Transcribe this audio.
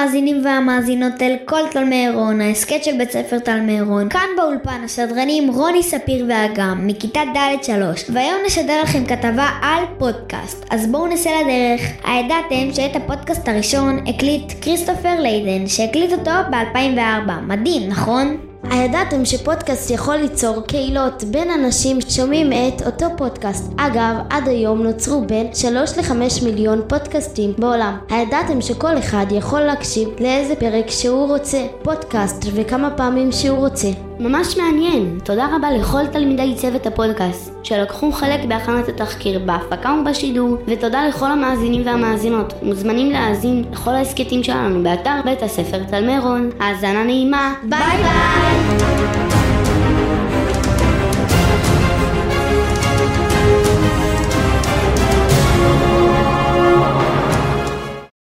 המאזינים והמאזינות אל כל תלמי עירון, ההסכת של בית ספר תלמי עירון. כאן באולפן הסדרנים רוני ספיר ואגם מכיתה ד' 3, והיום נשדר לכם כתבה על פודקאסט. אז בואו נצא לדרך. הידעתם שאת הפודקאסט הראשון הקליט כריסטופר ליידן, שהקליט אותו ב-2004. מדהים, נכון? הידעתם שפודקאסט יכול ליצור קהילות בין אנשים ששומעים את אותו פודקאסט. אגב, עד היום נוצרו בין 3 ל-5 מיליון פודקאסטים בעולם. הידעתם שכל אחד יכול להקשיב לאיזה פרק שהוא רוצה פודקאסט וכמה פעמים שהוא רוצה. ממש מעניין. תודה רבה לכל תלמידי צוות הפודקאסט שלקחו חלק בהכנת התחקיר, בהפקה ובשידור, ותודה לכל המאזינים והמאזינות. מוזמנים להאזין לכל ההסכתים שלנו באתר בית הספר תלמי עירון. האזנה נעימה. ביי ביי.